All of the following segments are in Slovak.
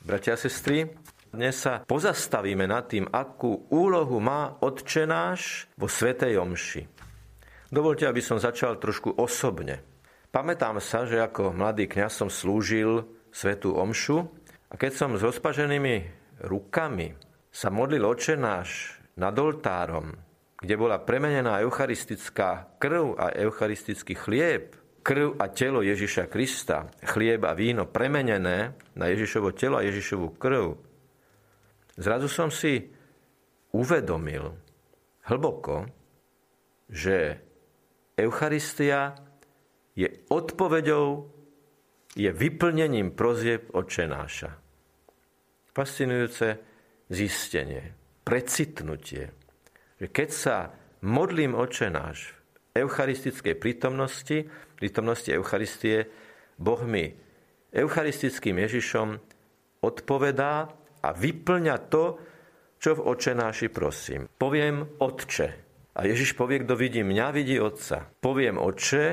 Bratia a sestry, dnes sa pozastavíme nad tým, akú úlohu má Otče náš vo svätej omši. Dovoľte, aby som začal trošku osobne. Pamätám sa, že ako mladý kňaz som slúžil svätú omšu a keď som s rozpaženými rukami sa modlil Otče náš nad oltárom, kde bola premenená eucharistická krv a eucharistický chlieb, krv a telo Ježiša Krista, chlieb a víno premenené na Ježišovo telo a Ježišovu krv, zrazu som si uvedomil hlboko, že Eucharistia je odpoveďou, je vyplnením prozieb Otče náša. Fascinujúce zistenie, precitnutie, že keď sa modlím Otče náš v eucharistickej prítomnosti Eucharistie, Boh mi eucharistickým Ježišom odpovedá a vyplňa to, čo v Otče náši prosím. Poviem Otče. A Ježiš povie, kto vidí mňa, vidí Otca. Poviem Otče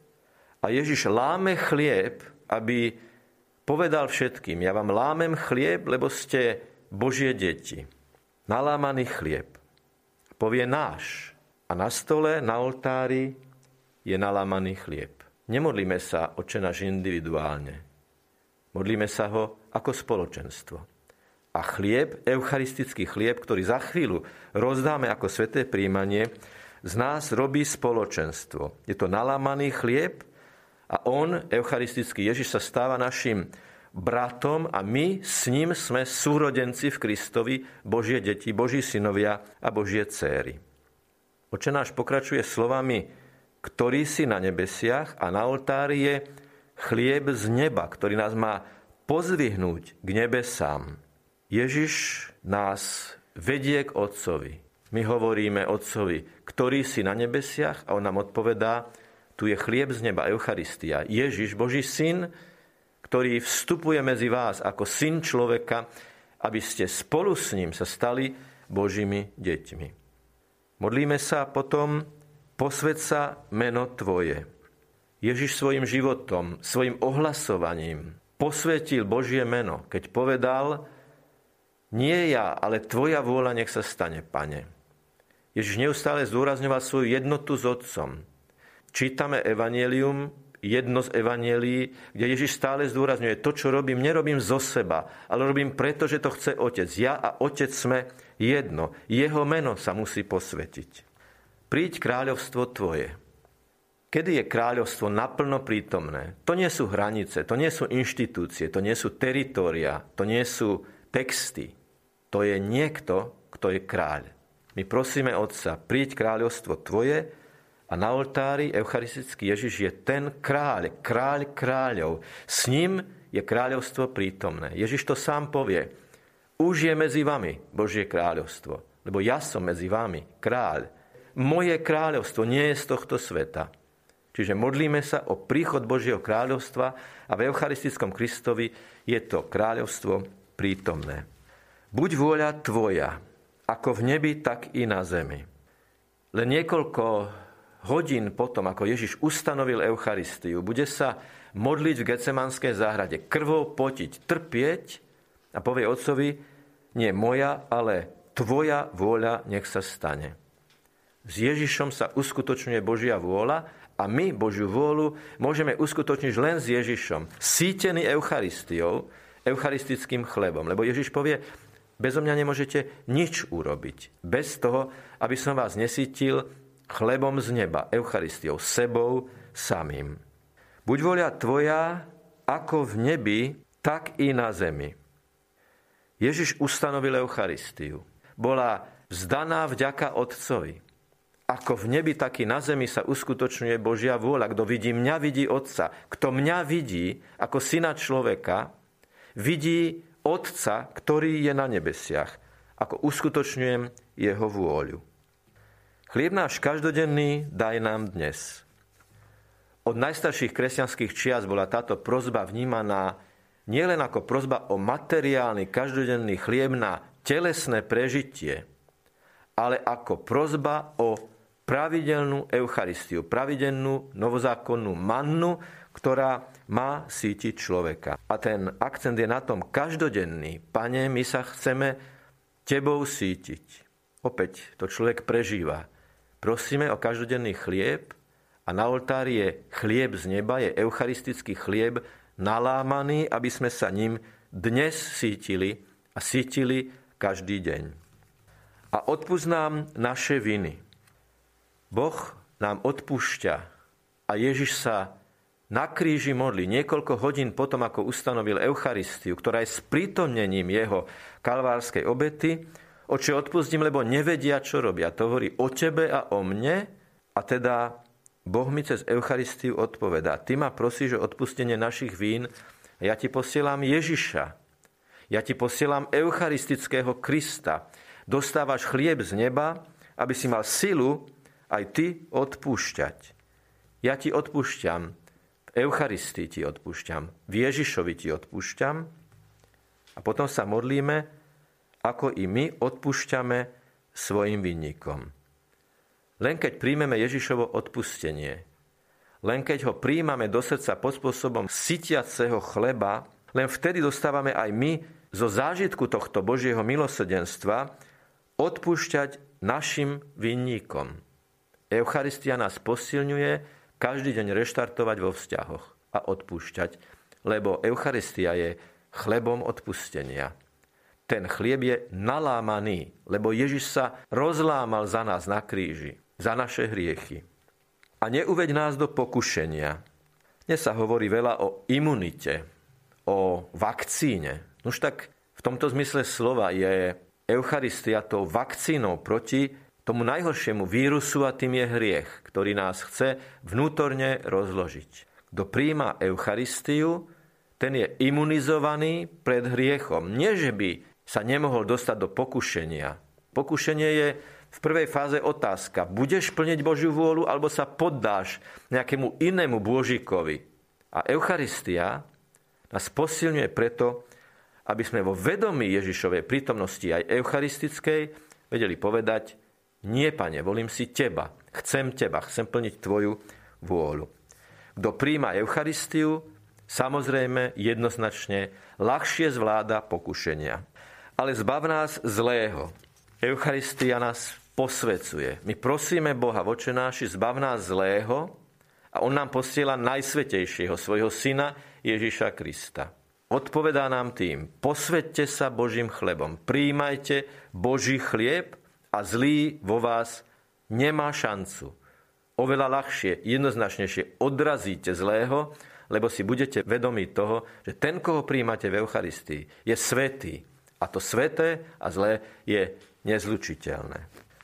a Ježiš láme chlieb, aby povedal všetkým, ja vám lámem chlieb, lebo ste Božie deti. Nalámaný chlieb. Povie náš. A na stole, na oltári je nalámaný chlieb. Nemodlíme sa Otče náš individuálne. Modlíme sa ho ako spoločenstvo. A chlieb, eucharistický chlieb, ktorý za chvíľu rozdáme ako sväté príjmanie, z nás robí spoločenstvo. Je to nalámaný chlieb a on, eucharistický Ježiš, sa stáva našim bratom a my s ním sme súrodenci v Kristovi, Božie deti, Boží synovia a Božie dcéry. Otče náš pokračuje slovami, ktorý si na nebesiach, a na oltári je chlieb z neba, ktorý nás má pozvihnúť k nebesám. Ježiš nás vedie k Otcovi. My hovoríme Otcovi, ktorý si na nebesiach, a on nám odpovedá, tu je chlieb z neba, Eucharistia. Ježiš, Boží syn, ktorý vstupuje medzi vás ako syn človeka, aby ste spolu s ním sa stali Božími deťmi. Modlíme sa potom, posväť sa meno Tvoje. Ježiš svojim životom, svojim ohlasovaním posvätil Božie meno, keď povedal, nie ja, ale Tvoja vôľa nech sa stane, Pane. Ježiš neustále zdôrazňoval svoju jednotu s Otcom. Čítame evanjelium, jedno z evanjelií, kde Ježiš stále zdôrazňuje, to, čo robím, nerobím zo seba, ale robím preto, že to chce Otec. Ja a Otec sme jedno. Jeho meno sa musí posvätiť. Príď kráľovstvo Tvoje. Kedy je kráľovstvo naplno prítomné? To nie sú hranice, to nie sú inštitúcie, to nie sú teritória, to nie sú texty. To je niekto, kto je kráľ. My prosíme Otca, príď kráľovstvo Tvoje, a na oltári eucharistický Ježiš je ten kráľ, kráľ kráľov. S ním je kráľovstvo prítomné. Ježiš to sám povie. Už je medzi vami Božie kráľovstvo, lebo ja som medzi vami kráľ. Moje kráľovstvo nie je z tohto sveta. Čiže modlíme sa o príchod Božieho kráľovstva a v eucharistickom Kristovi je to kráľovstvo prítomné. Buď vôľa Tvoja, ako v nebi, tak i na zemi. Len niekoľko hodín potom, ako Ježiš ustanovil Eucharistiu, bude sa modliť v Getsemanskej záhrade, krvou potiť, trpieť a povie Otcovi, nie moja, ale Tvoja vôľa nech sa stane. S Ježišom sa uskutočňuje Božia vôľa a my Božiu vôľu môžeme uskutočniť len s Ježišom, sítený Eucharistiou, eucharistickým chlebom. Lebo Ježiš povie, bezo mňa nemôžete nič urobiť, bez toho, aby som vás nesítil chlebom z neba, Eucharistiou, sebou samým. Buď vôľa Tvoja, ako v nebi, tak i na zemi. Ježiš ustanovil Eucharistiu. Bola vzdaná vďaka Otcovi. Ako v nebi, tak i na zemi sa uskutočňuje Božia vôľa. Kto vidí mňa, vidí Otca. Kto mňa vidí ako syna človeka, vidí Otca, ktorý je na nebesiach. Ako uskutočňujem jeho vôľu. Chlieb náš každodenný daj nám dnes. Od najstarších kresťanských čias bola táto prosba vnímaná nielen ako prosba o materiálny každodenný chlieb na telesné prežitie, ale ako prosba o pravidelnú Eucharistiu, pravidelnú novozákonnú mannu, ktorá má sítiť človeka. A ten akcent je na tom každodenný. Pane, my sa chceme tebou sítiť. Opäť to človek prežíva. Prosíme o každodenný chlieb a na oltári je chlieb z neba, je eucharistický chlieb nalámaný, aby sme sa ním dnes sítili a sítili každý deň. A odpusť nám naše viny. Boh nám odpúšťa a Ježiš sa na kríži modlí niekoľko hodín potom, ako ustanovil Eucharistiu, ktorá je sprítomnením jeho kalvárskej obety. Oče, odpustím, lebo nevedia, čo robia. To hovorí o tebe a o mne. A teda Boh mi cez Eucharistiu odpovedá. Ty ma prosíš o odpustenie našich vín a ja ti posielam Ježiša. Ja ti posielam eucharistického Krista. Dostávaš chlieb z neba, aby si mal silu aj ty odpúšťať. Ja ti odpúšťam. V Eucharistii ti odpúšťam. V Ježišovi ti odpúšťam. A potom sa modlíme, ako i my odpúšťame svojim vinníkom. Len keď príjmeme Ježišovo odpustenie, len keď ho príjmame do srdca pod spôsobom sytiaceho chleba, len vtedy dostávame aj my zo zážitku tohto Božieho milosrdenstva odpúšťať našim vinníkom. Eucharistia nás posilňuje každý deň reštartovať vo vzťahoch a odpúšťať, lebo Eucharistia je chlebom odpustenia. Ten chlieb je nalámaný, lebo Ježiš sa rozlámal za nás na kríži, za naše hriechy. A neuveď nás do pokušenia. Dnes sa hovorí veľa o imunite, o vakcíne. Už tak v tomto zmysle slova je Eucharistia tou vakcínou proti tomu najhoršiemu vírusu a tým je hriech, ktorý nás chce vnútorne rozložiť. Kto prijíma Eucharistiu, ten je imunizovaný pred hriechom. Nie, že by sa nemohol dostať do pokušenia. Pokušenie je v prvej fáze otázka. Budeš plniť Božiu vôľu, alebo sa poddáš nejakému inému Božíkovi. A Eucharistia nás posilňuje preto, aby sme vo vedomí Ježišovej prítomnosti aj eucharistickej vedeli povedať: nie, Pane, volím si teba, chcem plniť tvoju vôľu. Kto prijíma Eucharistiu, samozrejme jednoznačne ľahšie zvláda pokušenia. Ale zbav nás zlého. Eucharistia nás posvecuje. My prosíme Boha v Otčenáši, zbav nás zlého a on nám posiela najsvätejšieho svojho syna Ježiša Krista. Odpovedá nám tým: posväťte sa Božím chlebom, prijímajte Boží chlieb a zlý vo vás nemá šancu. Oveľa ľahšie, jednoznačnejšie odrazíte zlého, lebo si budete vedomí toho, že ten, koho prijímate v Eucharistii, je svätý. A to sväté a zlé je nezlučiteľné.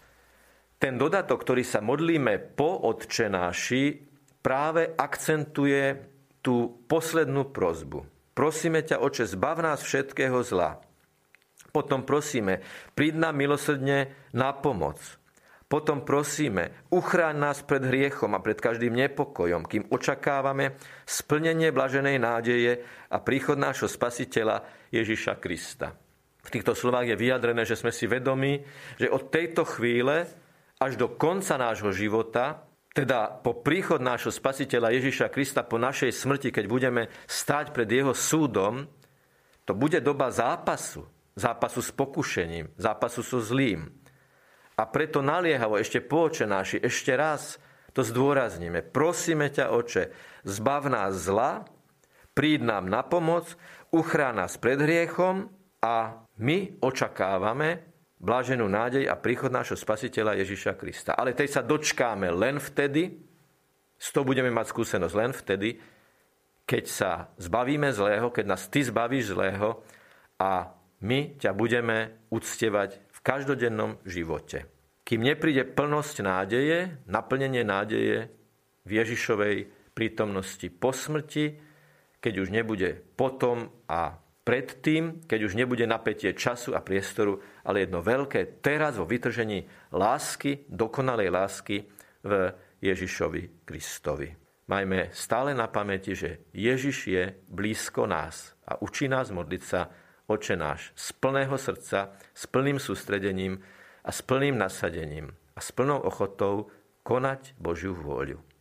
Ten dodatok, ktorý sa modlíme po Otčenáši, práve akcentuje tú poslednú prosbu. Prosíme ťa, Oče, zbav nás všetkého zla. Potom prosíme, príď nám milosrdne na pomoc. Potom prosíme, uchráň nás pred hriechom a pred každým nepokojom, kým očakávame splnenie blaženej nádeje a príchod nášho Spasiteľa Ježiša Krista. V týchto slovách je vyjadrené, že sme si vedomí, že od tejto chvíle až do konca nášho života, teda po príchod nášho Spasiteľa Ježiša Krista, po našej smrti, keď budeme stáť pred jeho súdom, to bude doba zápasu s pokušením, zápasu so zlým. A preto naliehavo ešte po Otčenáši, ešte raz to zdôrazníme. Prosíme ťa, Oče, zbav nás zla, príď nám na pomoc, uchráň nás pred hriechom a my očakávame bláženú nádej a príchod nášho Spasiteľa Ježiša Krista. Ale tej sa dočkáme len vtedy, z toho budeme mať skúsenosť len vtedy, keď sa zbavíme zlého, keď nás ty zbavíš zlého a my ťa budeme uctievať v každodennom živote. Kým nepríde plnosť nádeje, naplnenie nádeje v Ježišovej prítomnosti po smrti, keď už nebude potom a predtým, keď už nebude napätie času a priestoru, ale jedno veľké teraz vo vytržení lásky, dokonalej lásky v Ježišovi Kristovi. Majme stále na pamäti, že Ježiš je blízko nás a učí nás modliť sa Otče náš z plného srdca, s plným sústredením a s plným nasadením a s plnou ochotou konať Božiu vôľu.